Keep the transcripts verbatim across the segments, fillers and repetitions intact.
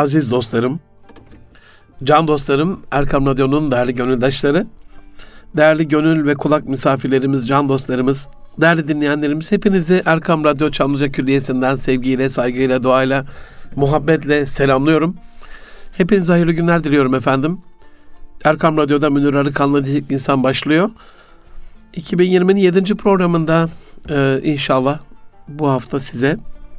Aziz dostlarım, can dostlarım, Erkam Radyo'nun değerli gönüldaşları, değerli gönül ve kulak misafirlerimiz, can dostlarımız, değerli dinleyenlerimiz, hepinizi Erkam Radyo Çamlıca Külliyesi'nden sevgiyle, saygıyla, duayla, muhabbetle selamlıyorum. Hepinize hayırlı günler diliyorum efendim. Erkam Radyo'da Münir Arıkan'la Didik İnsan başlıyor. iki bin yirminin yedinci programında e, inşallah bu hafta size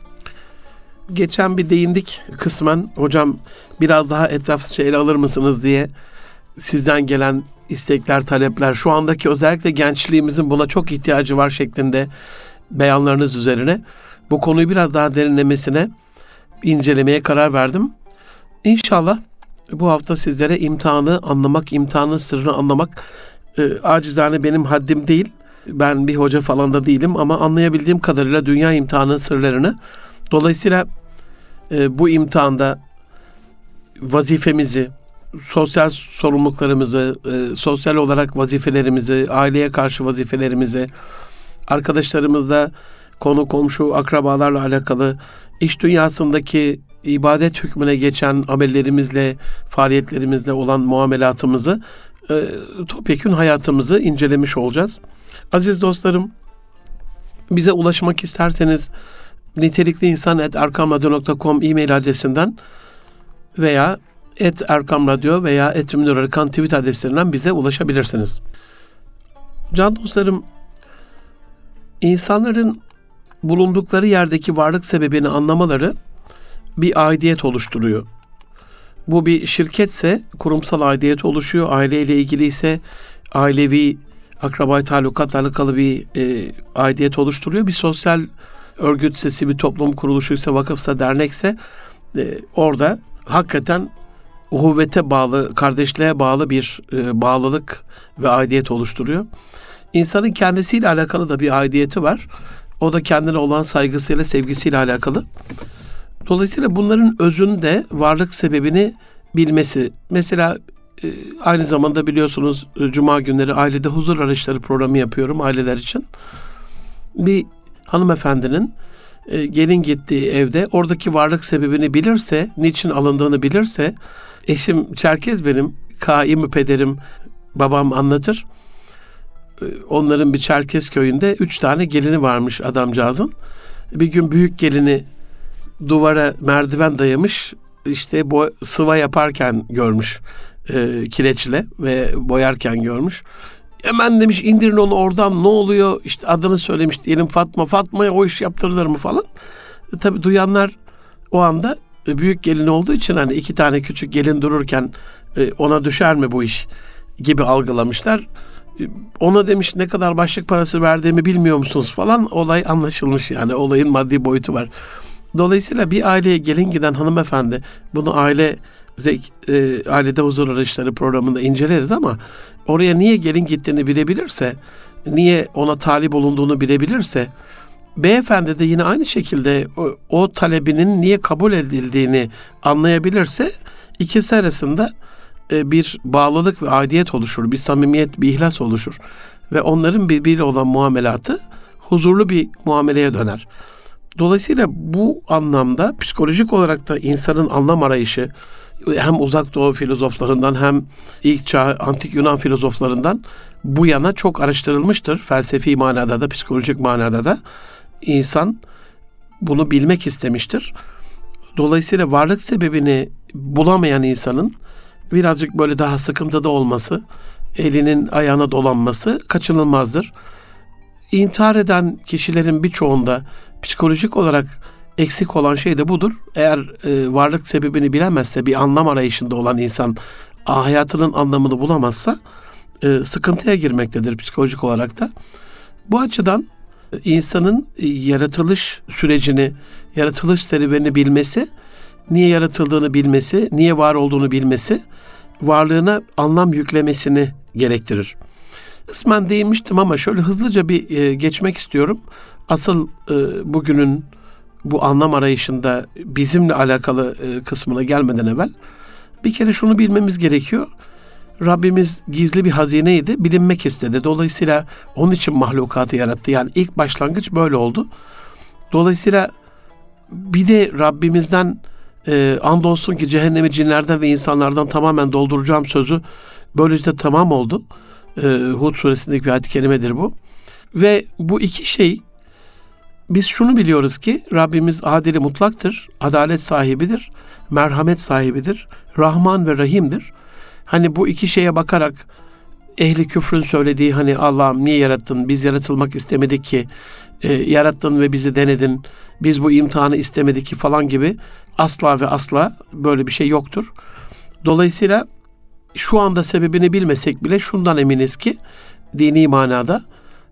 geçen bir değindik kısmen. Hocam biraz daha etraflıca ele alır mısınız diye sizden gelen istekler, talepler, şu andaki özellikle gençliğimizin buna çok ihtiyacı var şeklinde beyanlarınız üzerine bu konuyu biraz daha derinlemesine incelemeye karar verdim. İnşallah bu hafta sizlere imtihanı anlamak, imtihanın sırrını anlamak e, acizane benim haddim değil. Ben bir hoca falan da değilim ama anlayabildiğim kadarıyla dünya imtihanının sırlarını, dolayısıyla e, bu imtihanda vazifemizi, sosyal sorumluluklarımızı, e, sosyal olarak vazifelerimizi, aileye karşı vazifelerimizi, arkadaşlarımızla, konu komşu, akrabalarla alakalı, iş dünyasındaki ibadet hükmüne geçen amellerimizle, faaliyetlerimizle olan muamelatımızı, e, topyekün hayatımızı incelemiş olacağız. Aziz dostlarım, bize ulaşmak isterseniz nitelikli insan et erkam radyo nokta com e-mail adresinden veya et erkamradyo veya et Münir Arıkan tweet adreslerinden bize ulaşabilirsiniz. Can dostlarım, insanların bulundukları yerdeki varlık sebebini anlamaları bir aidiyet oluşturuyor. Bu bir şirketse kurumsal aidiyet oluşuyor. Aileyle ilgili ise ailevi, akraba talukatla alakalı bir e, aidiyet oluşturuyor. Bir sosyal örgütsesi, bir toplum kuruluşuysa, vakıfsa, dernekse e, orada hakikaten uhuvvete bağlı, kardeşliğe bağlı bir e, bağlılık ve aidiyet oluşturuyor. İnsanın kendisiyle alakalı da bir aidiyeti var. O da kendine olan saygısıyla, sevgisiyle alakalı. Dolayısıyla bunların özünde varlık sebebini bilmesi. Mesela e, aynı zamanda biliyorsunuz e, Cuma günleri ailede huzur arayışları programı yapıyorum aileler için. Bir hanımefendinin e, gelin gittiği evde oradaki varlık sebebini bilirse, niçin alındığını bilirse, eşim Çerkez benim, kaim pederim, babam anlatır. E, onların bir Çerkez köyünde üç tane gelini varmış adamcağızın. Bir gün büyük gelini duvara merdiven dayamış, işte bo sıva yaparken görmüş, e, kireçle ve boyarken görmüş. Hemen demiş indirin onu oradan, ne oluyor? İşte adını söylemiş diyelim, Fatma. Fatma'ya o iş yaptırılır mı falan. E, tabii duyanlar o anda e, büyük gelin olduğu için hani iki tane küçük gelin dururken e, ona düşer mi bu iş gibi algılamışlar. E, ona demiş ne kadar başlık parası verdiğimi bilmiyor musunuz falan, olay anlaşılmış, yani olayın maddi boyutu var. Dolayısıyla bir aileye gelin giden hanımefendi, bunu aile e, ailede huzur arayışları programında inceleriz ama oraya niye gelin gittiğini bilebilirse, niye ona talip olunduğunu bilebilirse, beyefendi de yine aynı şekilde o, o talebinin niye kabul edildiğini anlayabilirse, ikisi arasında e, bir bağlılık ve aidiyet oluşur, bir samimiyet, bir ihlas oluşur ve onların birbiriyle olan muamelatı huzurlu bir muameleye döner. Dolayısıyla bu anlamda psikolojik olarak da insanın anlam arayışı hem uzak doğu filozoflarından hem ilk çağ antik Yunan filozoflarından bu yana çok araştırılmıştır. Felsefi manada da, psikolojik manada da insan bunu bilmek istemiştir. Dolayısıyla varlık sebebini bulamayan insanın birazcık böyle daha sıkıntıda olması, elinin ayağına dolanması kaçınılmazdır. İntihar eden kişilerin birçoğunda psikolojik olarak eksik olan şey de budur. Eğer e, varlık sebebini bilemezse, bir anlam arayışında olan insan hayatının anlamını bulamazsa e, sıkıntıya girmektedir psikolojik olarak da. Bu açıdan e, insanın e, yaratılış sürecini, yaratılış serüvenini bilmesi, niye yaratıldığını bilmesi, niye var olduğunu bilmesi, varlığına anlam yüklemesini gerektirir. Kısmen değinmiştim ama şöyle hızlıca bir e, geçmek istiyorum. Asıl e, bugünün bu anlam arayışında bizimle alakalı e, kısmına gelmeden evvel bir kere şunu bilmemiz gerekiyor. Rabbimiz gizli bir hazineydi, bilinmek istedi. Dolayısıyla onun için mahlukatı yarattı. Yani ilk başlangıç böyle oldu. Dolayısıyla bir de Rabbimizden e, andolsun ki cehennemi cinlerden ve insanlardan tamamen dolduracağım sözü böylece de tamam oldu. E, Hud suresindeki bir ayet-i kerimedir bu. Ve bu iki şey, biz şunu biliyoruz ki Rabbimiz adil-i mutlaktır, adalet sahibidir, merhamet sahibidir, Rahman ve Rahim'dir. Hani bu iki şeye bakarak ehli küfrün söylediği hani Allah'ım niye yarattın, biz yaratılmak istemedik ki, e, yarattın ve bizi denedin, biz bu imtihanı istemedik ki falan gibi asla ve asla böyle bir şey yoktur. Dolayısıyla şu anda sebebini bilmesek bile şundan eminiz ki dini manada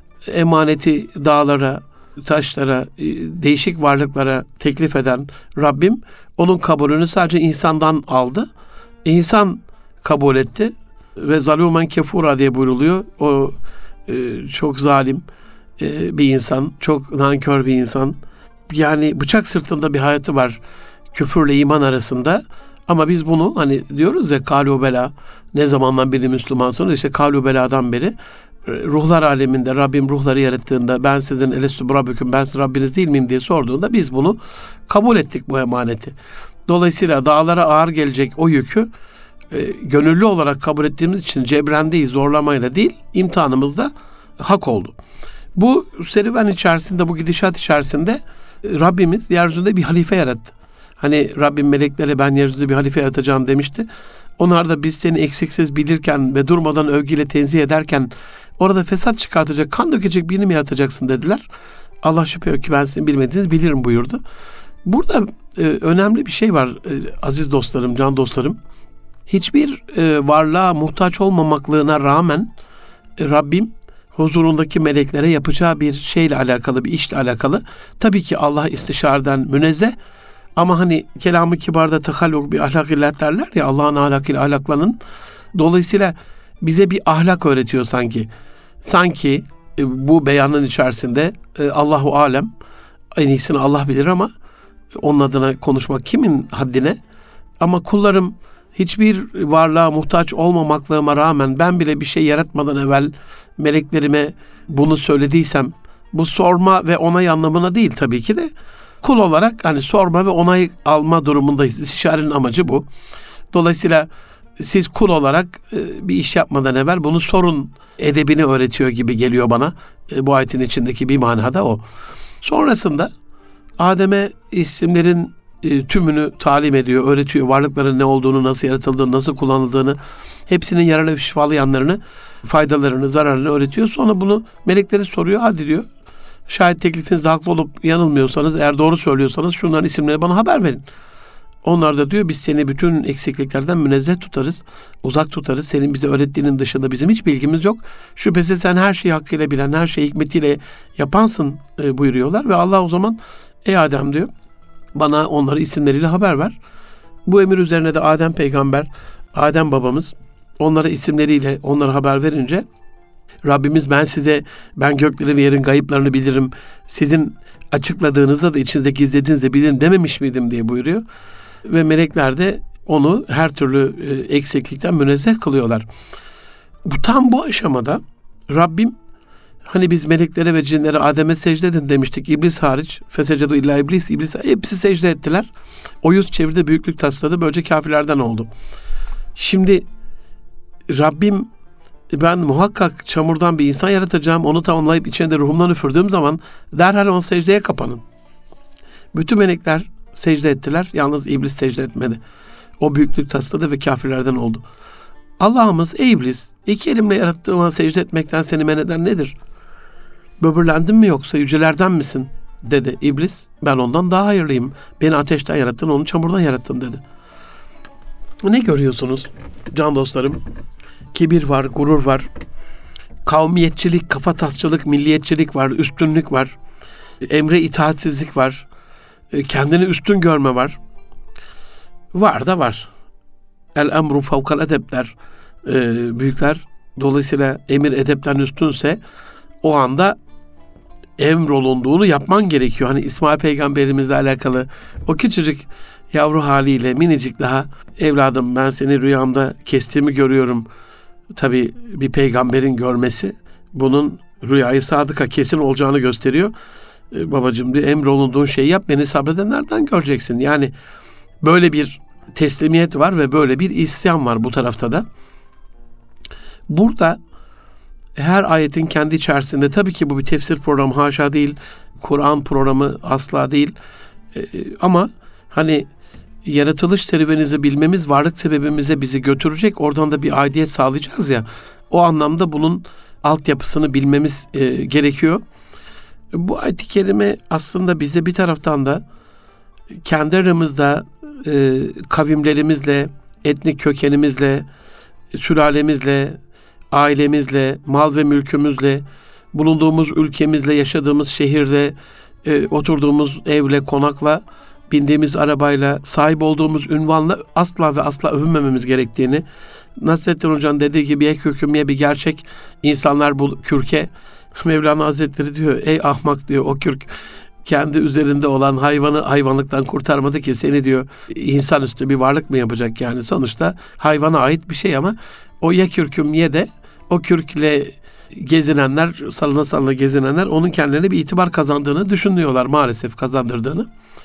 emaneti dağlara, taşlara, değişik varlıklara teklif eden Rabbim onun kabulünü sadece insandan aldı. İnsan kabul etti ve zalûmen kefûrâ diye buyruluyor. O e, çok zalim e, bir insan, çok nankör bir insan. Yani bıçak sırtında bir hayatı var küfürle iman arasında. Ama biz bunu hani diyoruz ya kâlû belâ, ne zamandan beri Müslümansınız? İşte kâlû belâdan beri ruhlar aleminde Rabbim ruhları yarattığında ben sizin elestü rabbüküm, ben sizin Rabbiniz değil miyim diye sorduğunda biz bunu kabul ettik, bu emaneti. Dolayısıyla dağlara ağır gelecek o yükü e, gönüllü olarak kabul ettiğimiz için cebren değil, zorlamayla değil, imtihanımızda hak oldu. Bu serüven içerisinde, bu gidişat içerisinde e, Rabbimiz yeryüzünde bir halife yarattı. Hani Rabbim meleklere ben yeryüzünde bir halife yaratacağım demişti. Onlar da biz seni eksiksiz bilirken ve durmadan övgüyle tenzih ederken orada fesat çıkartacak, kan dökecek birini mi yaratacaksın dediler. Allah şüphe yok ki ben sizin bilmediğiniz bilirim buyurdu. Burada e, önemli bir şey var e, aziz dostlarım, can dostlarım. Hiçbir e, varlığa muhtaç olmamaklığına rağmen e, Rabbim huzurundaki meleklere yapacağı bir şeyle alakalı, bir işle alakalı. Tabii ki Allah istişareden münezzeh. Ama hani kelam-ı kibarda tehalluk bir ahlak illet derler ya, Allah'ın ahlakıyla ahlaklanın. Dolayısıyla bize bir ahlak öğretiyor sanki. Sanki e, bu beyanın içerisinde e, Allahu alem, en iyisini Allah bilir ama onun adına konuşmak kimin haddine? Ama kullarım hiçbir varlığa muhtaç olmamaklığıma rağmen ben bile bir şey yaratmadan evvel meleklerime bunu söylediysem, bu sorma ve onay anlamına değil tabii ki de, kul olarak hani sorma ve onay alma durumundayız. İstişarenin amacı bu. Dolayısıyla siz kul olarak e, bir iş yapmadan evvel bunu sorun edebini öğretiyor gibi geliyor bana. E, bu ayetin içindeki bir manada o. Sonrasında Adem'e isimlerin e, tümünü talim ediyor, öğretiyor. Varlıkların ne olduğunu, nasıl yaratıldığını, nasıl kullanıldığını, hepsinin yararlı ve şifalı yanlarını, faydalarını, zararlarını öğretiyor. Sonra bunu meleklere soruyor. Hadi diyor, şayet teklifinizde haklı olup yanılmıyorsanız, eğer doğru söylüyorsanız şunların isimlerini bana haber verin. Onlar da diyor biz seni bütün eksikliklerden münezzeh tutarız, uzak tutarız. Senin bize öğrettiğinin dışında bizim hiç bilgimiz yok. Şüphesiz sen her şeyi hakkıyla bilen, her şeyi hikmetiyle yapansın e, buyuruyorlar. Ve Allah o zaman ey Adem diyor, bana onları isimleriyle haber ver. Bu emir üzerine de Adem peygamber, Adem babamız onlara isimleriyle onlara haber verince Rabbimiz ben size, ben gökleri ve yerin gayıplarını bilirim, sizin açıkladığınızda da içinizde gizlediğinizde bilirim dememiş miydim diye buyuruyor. Ve melekler de onu her türlü e, eksiklikten münezzeh kılıyorlar. Bu, tam bu aşamada Rabbim hani biz meleklere ve cinlere Adem'e secde edin demiştik, İblis hariç, fesecedu illa iblis, iblis hepsi secde ettiler. O yüz çevirdi, büyüklük tasladı, böylece kafirlerden oldu. Şimdi Rabbim ben muhakkak çamurdan bir insan yaratacağım, onu tamamlayıp içine de ruhumdan üfürdüğüm zaman derhal onu secdeye kapanın. Bütün melekler secde ettiler, yalnız iblis secde etmedi. O büyüklük tasladı ve kafirlerden oldu. Allah'ımız ey iblis, iki elimle yarattığıma secde etmekten seni men eden nedir? Böbürlendin mi yoksa yücelerden misin? Dedi iblis. Ben ondan daha hayırlıyım. Beni ateşten yarattın, onu çamurdan yarattın dedi. Ne görüyorsunuz can dostlarım? Kibir var, gurur var, kavmiyetçilik, kafatasçılık, milliyetçilik var, üstünlük var, emre itaatsizlik var, kendini üstün görme var. Var da var. El emru fevkal edepler, e, büyükler. Dolayısıyla emir edepten üstünse o anda emrolunduğunu yapman gerekiyor. Hani İsmail peygamberimizle alakalı o küçücük yavru haliyle minicik daha, evladım ben seni rüyamda kestiğimi görüyorum. Tabii bir peygamberin görmesi bunun rüyayı sadıka kesin olacağını gösteriyor. Ee, babacığım diyor, emrolunduğun şeyi yap, beni sabredenlerden göreceksin. Yani Böyle bir teslimiyet var ve böyle bir isyan var bu tarafta da. Burada her ayetin kendi içerisinde, tabii ki bu bir tefsir programı haşa değil, Kur'an programı asla değil. Ee, ama hani yaratılış serüvenimizi bilmemiz varlık sebebimize bizi götürecek. Oradan da bir aidiyet sağlayacağız ya. O anlamda bunun altyapısını bilmemiz e, gerekiyor. Bu ayet-i kerime aslında bize bir taraftan da kendi aramızda e, kavimlerimizle, etnik kökenimizle, sülalemizle, ailemizle, mal ve mülkümüzle, bulunduğumuz ülkemizle, yaşadığımız şehirde, e, oturduğumuz evle, konakla, bindiğimiz arabayla, sahip olduğumuz ünvanla asla ve asla övünmememiz gerektiğini, Nasrettin Hoca'nın dediği gibi ye kürküm ye bir gerçek, insanlar bu kürke, Mevlana Hazretleri diyor, ey ahmak diyor, o kürk kendi üzerinde olan hayvanı hayvanlıktan kurtarmadı ki, seni diyor insanüstü bir varlık mı yapacak yani, sonuçta hayvana ait bir şey ama o ye kürküm ye de o kürkle gezinenler, salına salına gezinenler onun kendilerine bir itibar kazandığını düşünüyorlar, maalesef kazandırdığını.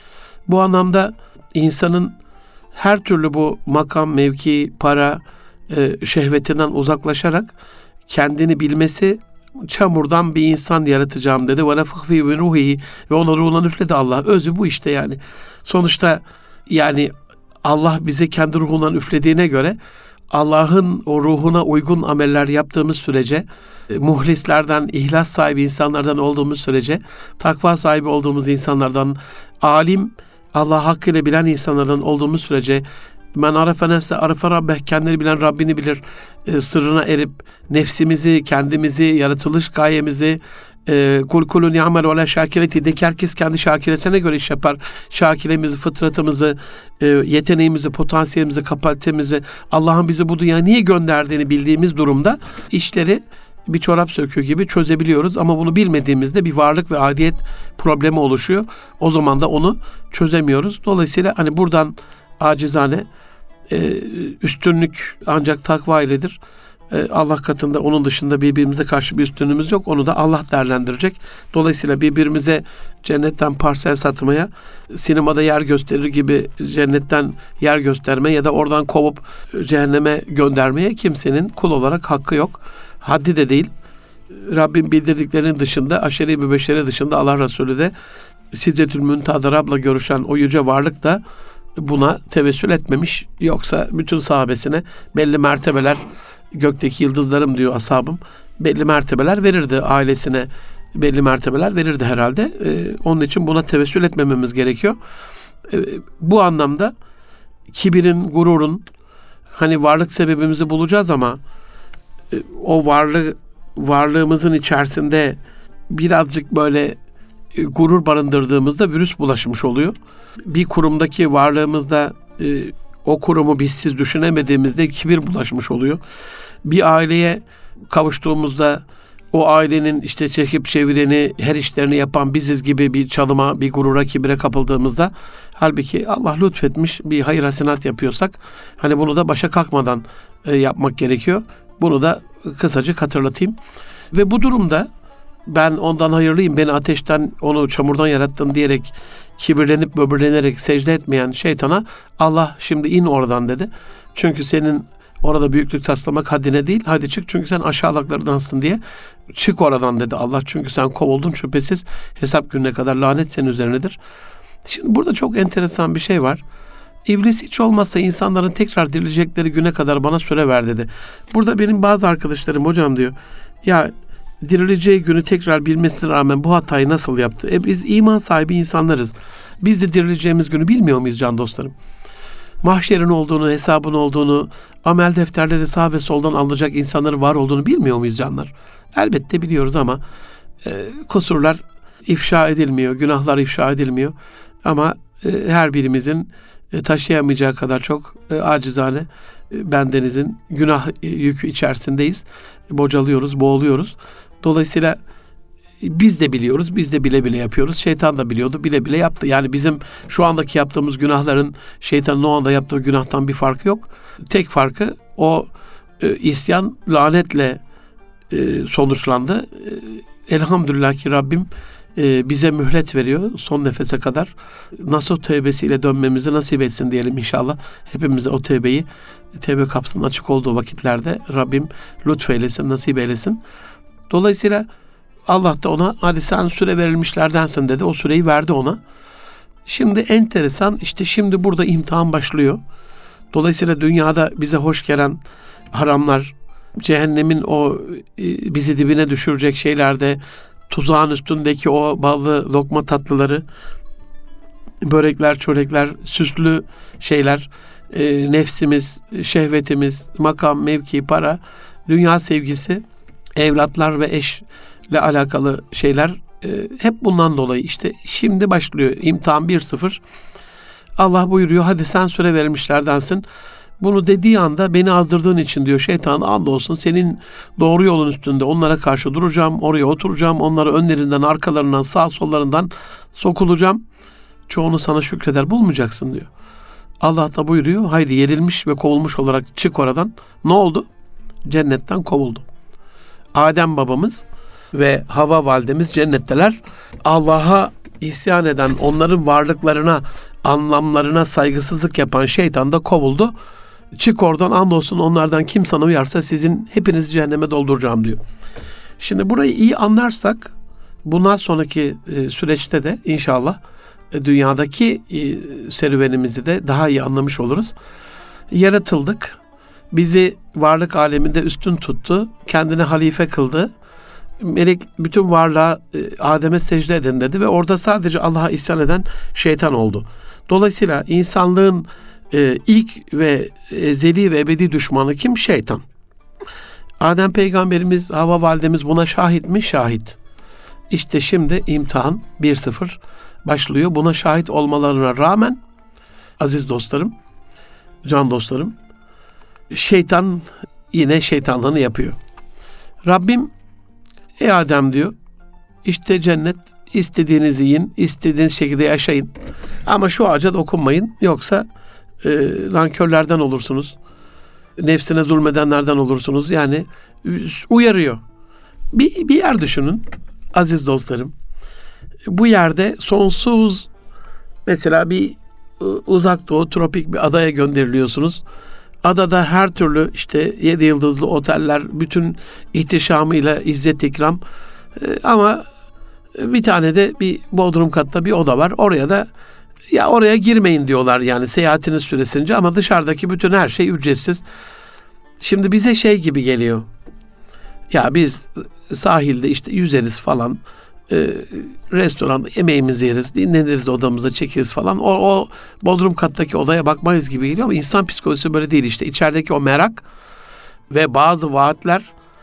Bu anlamda insanın her türlü bu makam, mevki, para, e, şehvetinden uzaklaşarak kendini bilmesi, çamurdan bir insan yaratacağım dedi. Ve nefıh fî min ruhihi, ve ona ruhundan üfledi Allah. Özü bu işte yani. Sonuçta yani Allah bize kendi ruhundan üflediğine göre Allah'ın o ruhuna uygun ameller yaptığımız sürece, e, muhlislerden, ihlas sahibi insanlardan olduğumuz sürece, takva sahibi olduğumuz insanlardan, alim, Allah hakkıyla bilen insanlardan olduğumuz sürece, men arafe nefse arafe rabbeh, kendini bilen Rabbini bilir, e, sırrına erip nefsimizi, kendimizi, yaratılış gayemizi, kul kulun ya'mel ve la şakireti, de ki herkes kendi şakiresine göre iş yapar. Şakiremizi, fıtratımızı, e, yeteneğimizi, potansiyelimizi, kapasitemizi, Allah'ın bizi bu dünyaya niye gönderdiğini bildiğimiz durumda işleri bir çorap söküğü gibi çözebiliyoruz. Ama bunu bilmediğimizde bir varlık ve aidiyet problemi oluşuyor. O zaman da onu çözemiyoruz. Dolayısıyla hani buradan acizane e, üstünlük ancak takva iledir. E, Allah katında onun dışında birbirimize karşı bir üstünlüğümüz yok. Onu da Allah değerlendirecek. Dolayısıyla birbirimize cennetten parsel satmaya, sinemada yer gösterir gibi cennetten yer gösterme ya da oradan kovup cehenneme göndermeye kimsenin kul olarak hakkı yok. Haddi de değil. Rabbim bildirdiklerinin dışında, aşere-i mübeşşere dışında Allah Resulü de Sidretül Müntaha'da Rab'la görüşen o yüce varlık da buna tevessül etmemiş. Yoksa bütün sahabesine belli mertebeler, gökteki yıldızlarım diyor ashabım, belli mertebeler verirdi, ailesine belli mertebeler verirdi herhalde. Ee, onun için buna tevessül etmememiz gerekiyor. Ee, bu anlamda kibirin, gururun, hani varlık sebebimizi bulacağız ama e, o varlığı, varlığımızın içerisinde birazcık böyle e, gurur barındırdığımızda virüs bulaşmış oluyor. Bir kurumdaki varlığımızda e, o kurumu bizsiz düşünemediğimizde kibir bulaşmış oluyor. Bir aileye kavuştuğumuzda o ailenin işte çekip çevireni, her işlerini yapan biziz gibi bir çalıma, bir gurura, kibire kapıldığımızda, halbuki Allah lütfetmiş bir hayır hasenat yapıyorsak, hani bunu da başa kalkmadan e, yapmak gerekiyor. Bunu da kısacık hatırlatayım. Ve bu durumda ben ondan hayırlıyım, beni ateşten, onu çamurdan yarattın diyerek kibirlenip böbürlenerek secde etmeyen şeytana Allah şimdi in oradan dedi. Çünkü senin orada büyüklük taslamak haddine değil, hadi çık çünkü sen aşağılıklardansın diye çık oradan dedi Allah. Çünkü sen kovuldun, şüphesiz hesap gününe kadar lanet senin üzerinedir. Şimdi burada çok enteresan bir şey var. İblis hiç olmazsa insanların tekrar dirilecekleri güne kadar bana süre ver dedi. Burada benim bazı arkadaşlarım, hocam diyor, ya dirileceği günü tekrar bilmesine rağmen bu hatayı nasıl yaptı? E biz iman sahibi insanlarız. Biz de dirileceğimiz günü bilmiyor muyuz can dostlarım? Mahşerin olduğunu, hesabın olduğunu, amel defterleri sağ ve soldan alınacak insanların var olduğunu bilmiyor muyuz canlar? Elbette biliyoruz ama e, kusurlar ifşa edilmiyor, günahlar ifşa edilmiyor. Ama e, her birimizin e, taşıyamayacağı kadar çok e, acizane e, bendenizin günah e, yükü içerisindeyiz. Bocalıyoruz, boğuluyoruz. Dolayısıyla biz de biliyoruz, biz de bile bile yapıyoruz. Şeytan da biliyordu, bile bile yaptı. Yani bizim şu andaki yaptığımız günahların şeytanın o anda yaptığı günahtan bir farkı yok. Tek farkı o e, isyan lanetle e, sonuçlandı. E, elhamdülillah ki Rabbim e, bize mühlet veriyor son nefese kadar. Nasuh tövbesiyle dönmemizi nasip etsin diyelim inşallah. Hepimize o tövbeyi, tövbe kapsının açık olduğu vakitlerde Rabbim lütfeylesin, nasip eylesin. Dolayısıyla Allah da ona hadi sen süre verilmişlerdensin dedi. O süreyi verdi ona. Şimdi enteresan, işte şimdi burada imtihan başlıyor. Dolayısıyla dünyada bize hoş gelen haramlar, cehennemin o e, bizi dibine düşürecek şeylerde, tuzağın üstündeki o ballı lokma tatlıları, börekler, çörekler, süslü şeyler, e, nefsimiz, şehvetimiz, makam, mevki, para, dünya sevgisi, evlatlar ve eşle alakalı şeyler, e, hep bundan dolayı işte şimdi başlıyor imtihan bir sıfır. Allah buyuruyor hadi sen süre vermişlerdensin. Bunu dediği anda beni azdırdığın için diyor şeytan, andolsun senin doğru yolun üstünde onlara karşı duracağım, oraya oturacağım, onları önlerinden, arkalarından, sağ sollarından sokulacağım. Çoğunu sana şükreder bulmayacaksın diyor. Allah da buyuruyor haydi yerilmiş ve kovulmuş olarak çık oradan. Ne oldu? Cennetten kovuldu. Adem babamız ve Havva validemiz cennetteler. Allah'a isyan eden, onların varlıklarına, anlamlarına saygısızlık yapan şeytan da kovuldu. Çık oradan, andolsun onlardan kim sana uyarsa sizin hepinizi cehenneme dolduracağım diyor. Şimdi burayı iyi anlarsak bundan sonraki e, süreçte de inşallah e, dünyadaki e, serüvenimizi de daha iyi anlamış oluruz. Yaratıldık. Bizi varlık aleminde üstün tuttu. Kendine halife kıldı. Melek bütün varlığa e, Adem'e secde edin dedi ve orada sadece Allah'a isyan eden şeytan oldu. Dolayısıyla insanlığın e, ilk ve ezeli ve ebedi düşmanı kim? Şeytan. Adem peygamberimiz, Havva validemiz buna şahit mi? Şahit. İşte şimdi imtihan bir sıfır başlıyor. Buna şahit olmalarına rağmen aziz dostlarım, can dostlarım, şeytan yine şeytanlığını yapıyor. Rabbim ey Adem diyor, işte cennet, istediğinizi yiyin, istediğiniz şekilde yaşayın. Ama şu ağaca dokunmayın, yoksa e, nankörlerden olursunuz. Nefsine zulmedenlerden olursunuz. Yani uyarıyor. Bir, bir yer düşünün aziz dostlarım. Bu yerde sonsuz, mesela bir uzak doğu tropik bir adaya gönderiliyorsunuz. Adada her türlü işte yedi yıldızlı oteller, bütün ihtişamıyla izzet ikram. Ee, ama bir tane de bir bodrum katta bir oda var. Oraya da ya oraya girmeyin diyorlar yani seyahatiniz süresince, ama dışarıdaki bütün her şey ücretsiz. Şimdi bize şey gibi geliyor. Ya biz sahilde işte yüzeriz falan. E, restoranda yemeğimizi yeriz, dinleniriz, odamıza çekeriz falan. O, o bodrum kattaki odaya bakmayız gibi geliyor ama insan psikolojisi böyle değil işte. İçerideki o merak ve bazı vaatler,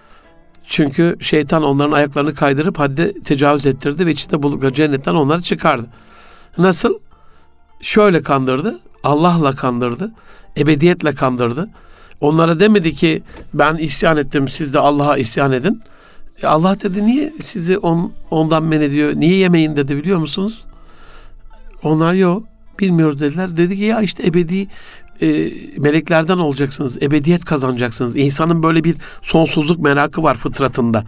çünkü şeytan onların ayaklarını kaydırıp haddi tecavüz ettirdi ve içinde buldukları cennetten onları çıkardı. Nasıl? Şöyle kandırdı. Allah'la kandırdı. Ebediyetle kandırdı. Onlara demedi ki ben isyan ettim, siz de Allah'a isyan edin. E Allah dedi niye sizi on, ondan men ediyor? Niye yemeyin dedi, biliyor musunuz? Onlar yok bilmiyoruz dediler. Dedi ki ya işte ebedi e, meleklerden olacaksınız. Ebediyet kazanacaksınız. İnsanın böyle bir sonsuzluk merakı var fıtratında.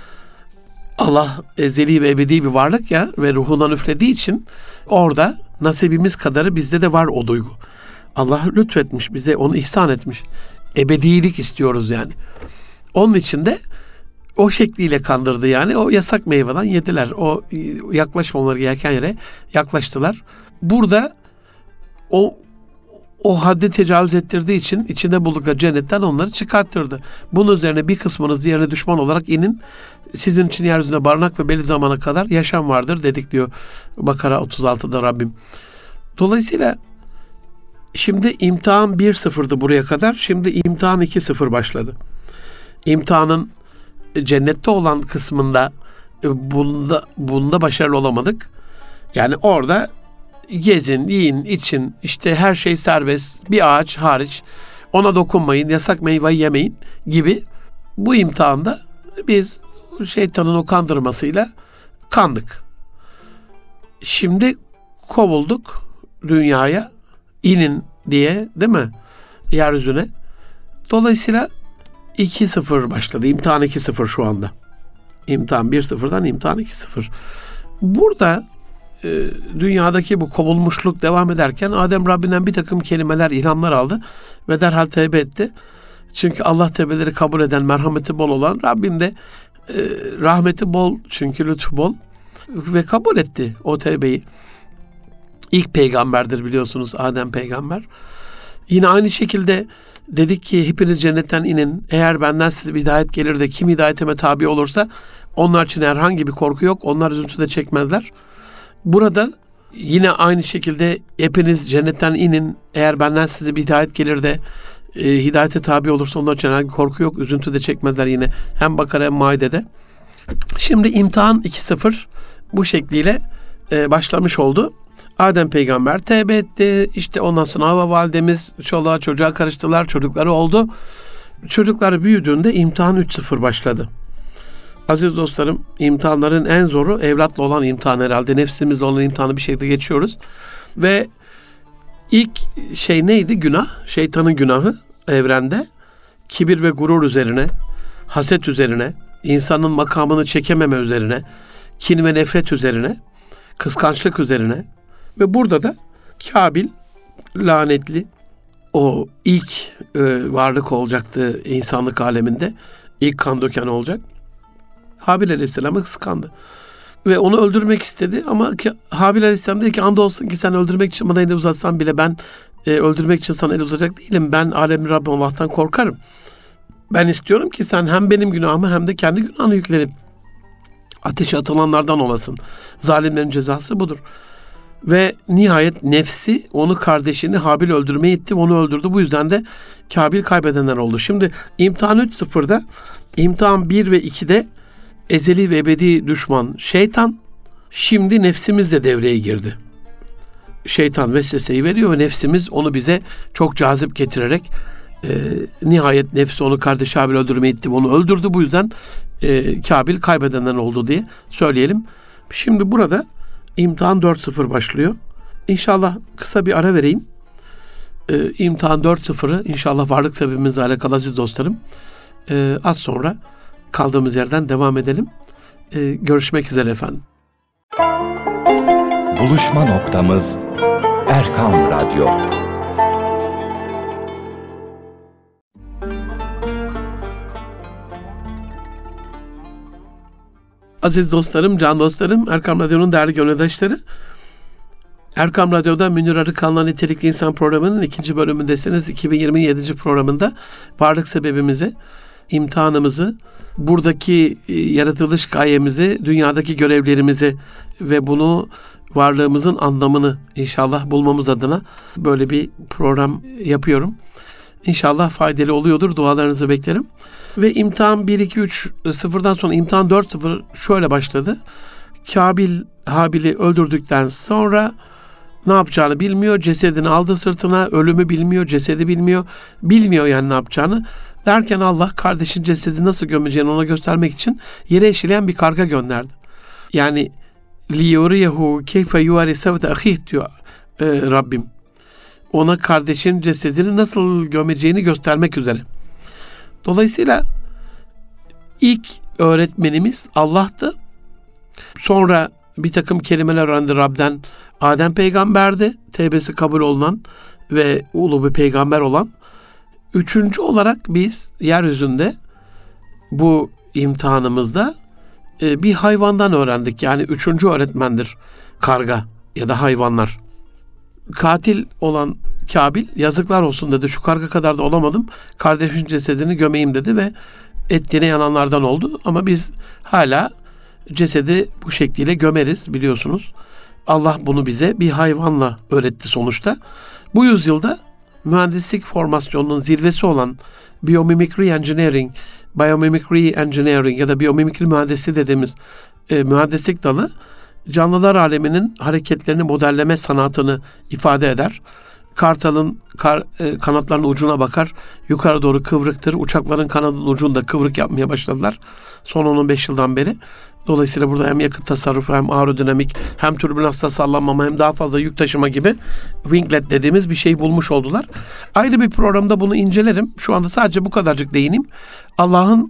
Allah ezeli ve ebedi bir varlık ya ve ruhundan üflediği için orada nasibimiz kadarı bizde de var o duygu. Allah lütfetmiş bize, onu ihsan etmiş. Ebedilik istiyoruz yani. Onun için de o şekliyle kandırdı yani. O yasak meyveden yediler. O yaklaşmamaları gereken yere yaklaştılar. Burada o o haddi tecavüz ettirdiği için içinde buldukları cennetten onları çıkarttırdı. Bunun üzerine bir kısmınız diğerine düşman olarak inin. Sizin için yeryüzünde barınak ve belli zamana kadar yaşam vardır dedik diyor Bakara otuz altıda Rabbim. Dolayısıyla şimdi imtihan bir sıfırdı buraya kadar. Şimdi imtihan iki sıfır başladı. İmtihanın cennette olan kısmında bunda, bunda başarılı olamadık. Yani orada gezin, yiyin, için, işte her şey serbest, bir ağaç hariç, ona dokunmayın, yasak meyveyi yemeyin gibi. Bu imtihanda biz şeytanın o kandırmasıyla kandık. Şimdi kovulduk dünyaya, inin diye, değil mi? Yeryüzüne. Dolayısıyla iki sıfır başladı. İmtihan iki sıfır şu anda. İmtihan bir sıfırdan imtihan iki sıfır. Burada e, dünyadaki bu kovulmuşluk devam ederken Adem Rabbinden bir takım kelimeler, ilhamlar aldı ve derhal tevbe etti. Çünkü Allah tevbeleri kabul eden, merhameti bol olan Rabbim de e, rahmeti bol, çünkü lütfu bol ve kabul etti o tevbeyi. İlk peygamberdir biliyorsunuz Adem peygamber. Yine aynı şekilde dedik ki hepiniz cennetten inin. Eğer benden size bir hidayet gelir de kim hidayetime tabi olursa onlar için herhangi bir korku yok. Onlar üzüntü de çekmezler. Burada yine aynı şekilde hepiniz cennetten inin. Eğer benden size bir hidayet gelir de e, hidayete tabi olursa onlar için herhangi bir korku yok. Üzüntü de çekmezler yine. Hem Bakara hem Maide'de. Şimdi imtihan iki sıfır bu şekliyle e, başlamış oldu. Adem peygamber tevbe etti. İşte ondan sonra Havva validemiz çoluğa çocuğa karıştılar. Çocukları oldu. Çocukları büyüdüğünde imtihan üç sıfır başladı. Aziz dostlarım, imtihanların en zoru evlatla olan imtihan herhalde. Nefsimizle olan imtihanı bir şekilde geçiyoruz. Ve ilk şey neydi? Günah. Şeytanın günahı evrende. Kibir ve gurur üzerine, haset üzerine, insanın makamını çekememe üzerine, kin ve nefret üzerine, kıskançlık üzerine. Ve burada da Kabil lanetli o ilk e, varlık olacaktı insanlık aleminde. İlk kan döken olacak. Habil Aleyhisselam'ı kıskandı. Ve onu öldürmek istedi ama ki, Habil Aleyhisselam dedi ki andolsun ki sen öldürmek için bana eli uzatsan bile ben e, öldürmek için sana el uzatacak değilim. Ben alemin Rabbi Allah'tan korkarım. Ben istiyorum ki sen hem benim günahımı hem de kendi günahını yüklenip ateşe atılanlardan olasın. Zalimlerin cezası budur. Ve nihayet nefsi onu kardeşini Habil öldürmeye itti. Onu öldürdü. Bu yüzden de Kabil kaybedenler oldu. Şimdi imtihan üç sıfırda, imtihan bir ve ikide ezeli ve ebedi düşman şeytan, şimdi nefsimiz de devreye girdi. Şeytan vesveseyi veriyor ve nefsimiz onu bize çok cazip getirerek e, nihayet nefsi onu kardeşi Habil öldürmeye itti. Onu öldürdü. Bu yüzden e, Kabil kaybedenler oldu diye söyleyelim. Şimdi burada İmtihan dört sıfır başlıyor. İnşallah kısa bir ara vereyim. Ee, İmtihan dört sıfırı inşallah varlık sebebimizle alakalı aziz dostlarım. Ee, az sonra kaldığımız yerden devam edelim. Ee, görüşmek üzere efendim. Buluşma noktamız Erkam Radyo. Aziz dostlarım, can dostlarım, Erkam Radyo'nun değerli gönüldaşları. Erkam Radyo'da Münir Arıkan'la Nitelikli İnsan programının ikinci bölümündesiniz. iki bin yirmi yedinci programında varlık sebebimizi, imtihanımızı, buradaki yaratılış gayemizi, dünyadaki görevlerimizi ve bunu varlığımızın anlamını inşallah bulmamız adına böyle bir program yapıyorum. İnşallah faydalı oluyordur. Dualarınızı beklerim. Ve imtihan bir, iki, üç sıfırdan sonra imtihan dört sıfır şöyle başladı. Kabil Habil'i öldürdükten sonra ne yapacağını bilmiyor. Cesedini aldı sırtına. Ölümü bilmiyor. Cesedi bilmiyor. Bilmiyor yani ne yapacağını. Derken Allah kardeşin cesedi nasıl gömeceğini ona göstermek için yere eşileyen bir karga gönderdi. Yani liyuriyehu keyfe yuvari sevde ahih diyor e, Rabbim. Ona kardeşin cesedini nasıl gömeceğini göstermek üzere. Dolayısıyla ilk öğretmenimiz Allah'tı. Sonra bir takım kelimeler öğrendi Rab'den. Adem peygamberdi. Tevbesi kabul olunan ve ulu bir peygamber olan. Üçüncü olarak biz yeryüzünde bu imtihanımızda e, bir hayvandan öğrendik. Yani üçüncü öğretmendir karga ya da hayvanlar. Katil olan Kabil yazıklar olsun dedi. Şu karga kadar da olamadım. Kardeşin cesedini gömeyim dedi ve ettiğine yananlardan oldu. Ama biz hala cesedi bu şekliyle gömeriz biliyorsunuz. Allah bunu bize bir hayvanla öğretti sonuçta. Bu yüzyılda mühendislik formasyonunun zirvesi olan Biomimicry Engineering, Biomimicry Engineering ya da biyomimikri mühendisliği dediğimiz e, mühendislik dalı canlılar aleminin hareketlerini modelleme sanatını ifade eder. Kartalın kar, e, kanatlarının ucuna bakar. Yukarı doğru kıvrıktır. Uçakların kanadının ucunu da kıvrık yapmaya başladılar. Son on on beş yıldan beri. Dolayısıyla burada hem yakıt tasarrufu hem aerodinamik hem türbülansta sallanmama hem daha fazla yük taşıma gibi winglet dediğimiz bir şey bulmuş oldular. Ayrı bir programda bunu incelerim. Şu anda sadece bu kadarcık değineyim. Allah'ın